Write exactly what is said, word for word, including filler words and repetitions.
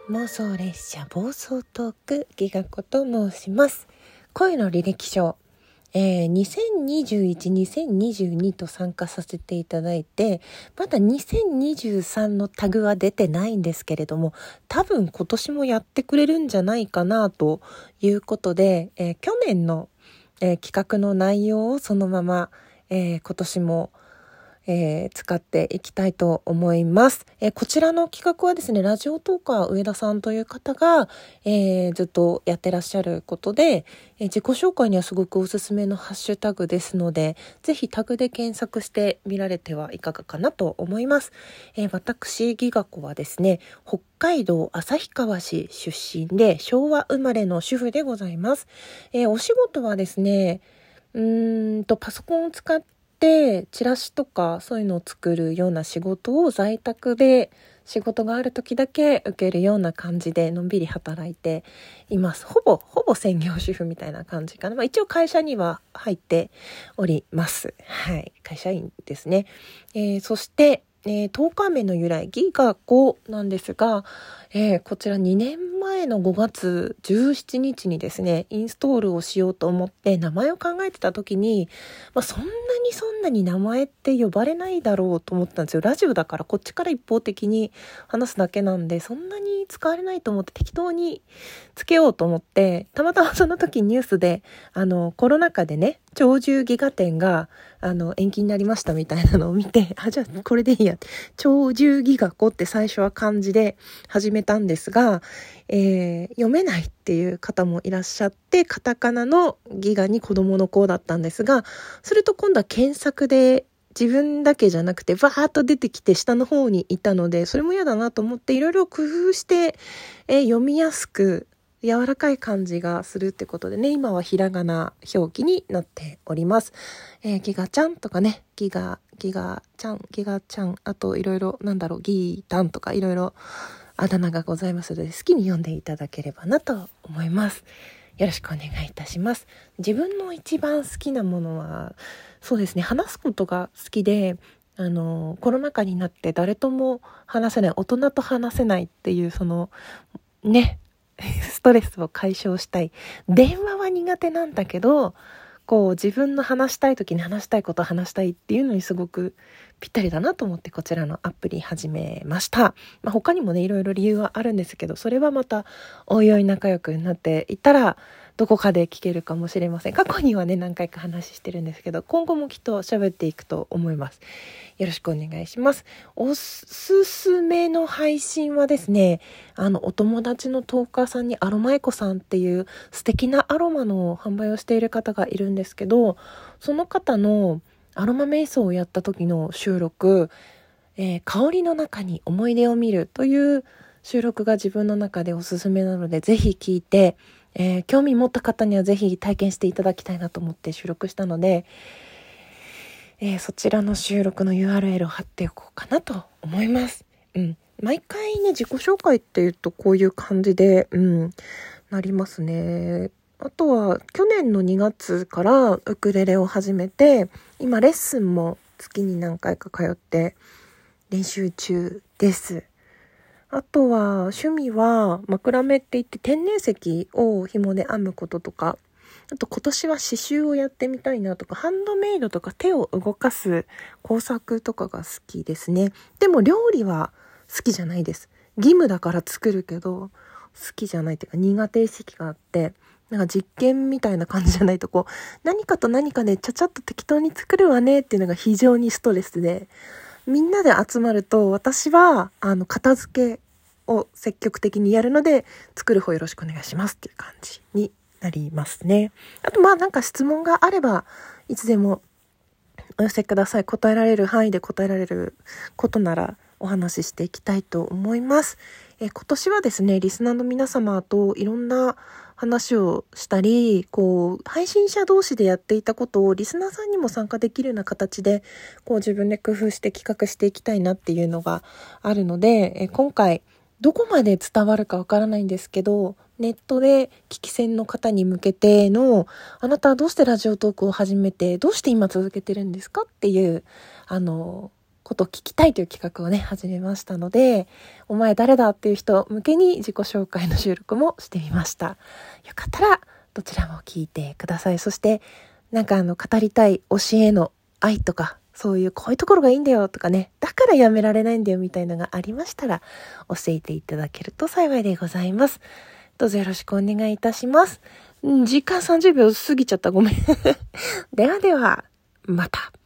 妄想列車暴走トークギガ子と申します。声の履歴書、えー、にせんにじゅういち、にせんにじゅうにと参加させていただいて、まだにせんにじゅうさんのタグは出てないんですけれども、多分今年もやってくれるんじゃないかなということで、えー、去年の、えー、企画の内容をそのまま、えー、今年もえー、使っていきたいと思います、えー、こちらの企画はですね、ラジオトーカー上田さんという方が、えー、ずっとやってらっしゃることで、えー、自己紹介にはすごくおすすめのハッシュタグですので、ぜひタグで検索してみられてはいかがかなと思います、えー、私ギガ子はですね、北海道旭川市出身で昭和生まれの主婦でございます、えー、お仕事はですね、うーんとパソコンを使ってでチラシとかそういうのを作るような仕事を在宅で仕事がある時だけ受けるような感じでのんびり働いています。ほぼほぼ専業主婦みたいな感じかな、まあ、一応会社には入っております。はい、会社員ですね、えー、そしてえー、トーカー名の由来ギガ子なんですが、えー、こちらにねんまえのごがつじゅうしちにちにですねインストールをしようと思って名前を考えてた時に、まあ、そんなにそんなに名前って呼ばれないだろうと思ったんですよ。ラジオだからこっちから一方的に話すだけなんでそんなに使われないと思って適当につけようと思って、たまたまその時ニュースであのコロナ禍でね鳥獣ギガ展があの延期になりましたみたいなのを見て、あ、じゃあこれでいいや、鳥獣ギガ子って最初は漢字で始めたんですが、えー、読めないっていう方もいらっしゃって、カタカナのギガに子供の子だったんですが、それと今度は検索で自分だけじゃなくてバーッと出てきて下の方にいたので、それも嫌だなと思っていろいろ工夫して、えー、読みやすく柔らかい感じがするってことでね、今はひらがな表記になっております。えー、ギガちゃんとかね、ギガ、ギガちゃん、ギガちゃん、あといろいろなんだろう、ギータンとかいろいろあだ名がございますので、好きに読んでいただければなと思います。よろしくお願いいたします。自分の一番好きなものは、そうですね、話すことが好きで、あの、コロナ禍になって誰とも話せない、大人と話せないっていう、その、ね、ストレスを解消したい。電話は苦手なんだけど、こう自分の話したい時に話したいことを話したいっていうのにすごくぴったりだなと思ってこちらのアプリ始めました。まあ、他にもねいろいろ理由はあるんですけど、それはまたおいおい仲良くなっていったらどこかで聞けるかもしれません。過去にはね何回か話してるんですけど、今後もきっと喋っていくと思います。よろしくお願いします。おすすめの配信はですね、あのお友達のトーカーさんにアロマエコさんっていう素敵なアロマの販売をしている方がいるんですけど、その方のアロマ瞑想をやった時の収録、えー、香りの中に思い出を見るという収録が自分の中でおすすめなので、ぜひ聞いて、えー、興味持った方にはぜひ体験していただきたいなと思って収録したので、えー、そちらの収録の ユーアールエル を貼っておこうかなと思います。うん、毎回ね自己紹介っていうとこういう感じで、うん、なりますね。あとは去年のにがつからウクレレを始めて、今レッスンも月に何回か通って練習中です。あとは趣味はマクラメって言って天然石を紐で編むこととか、あと今年は刺繍をやってみたいなとか、ハンドメイドとか手を動かす工作とかが好きですね。でも料理は好きじゃないです。義務だから作るけど好きじゃないっていうか苦手意識があって、なんか実験みたいな感じじゃないとこう何かと何かでちゃちゃっと適当に作るわねっていうのが非常にストレスで、みんなで集まると私はあの片付けを積極的にやるので、作る方よろしくお願いしますっていう感じになりますね。あとまあなんか質問があればいつでもお寄せください。答えられる範囲で答えられることならお話ししていきたいと思います。え今年はですね、リスナーの皆様といろんな話をしたり、こう配信者同士でやっていたことをリスナーさんにも参加できるような形でこう自分で工夫して企画していきたいなっていうのがあるので、え今回どこまで伝わるかわからないんですけど、ネットで聞き戦の方に向けての、あなたはどうしてラジオトークを始めて、どうして今続けてるんですかっていう、あの、 ことを聞きたいという企画をね、始めましたので、お前誰だっていう人向けに自己紹介の収録もしてみました。よかったら、どちらも聞いてください。そして、なんかあの、語りたい教えの愛とか、そういうこういうところがいいんだよとかね、だからやめられないんだよみたいなのがありましたら、教えていただけると幸いでございます。どうぞよろしくお願いいたします。時間さんじゅうびょう過ぎちゃった。ごめん。ではでは、また。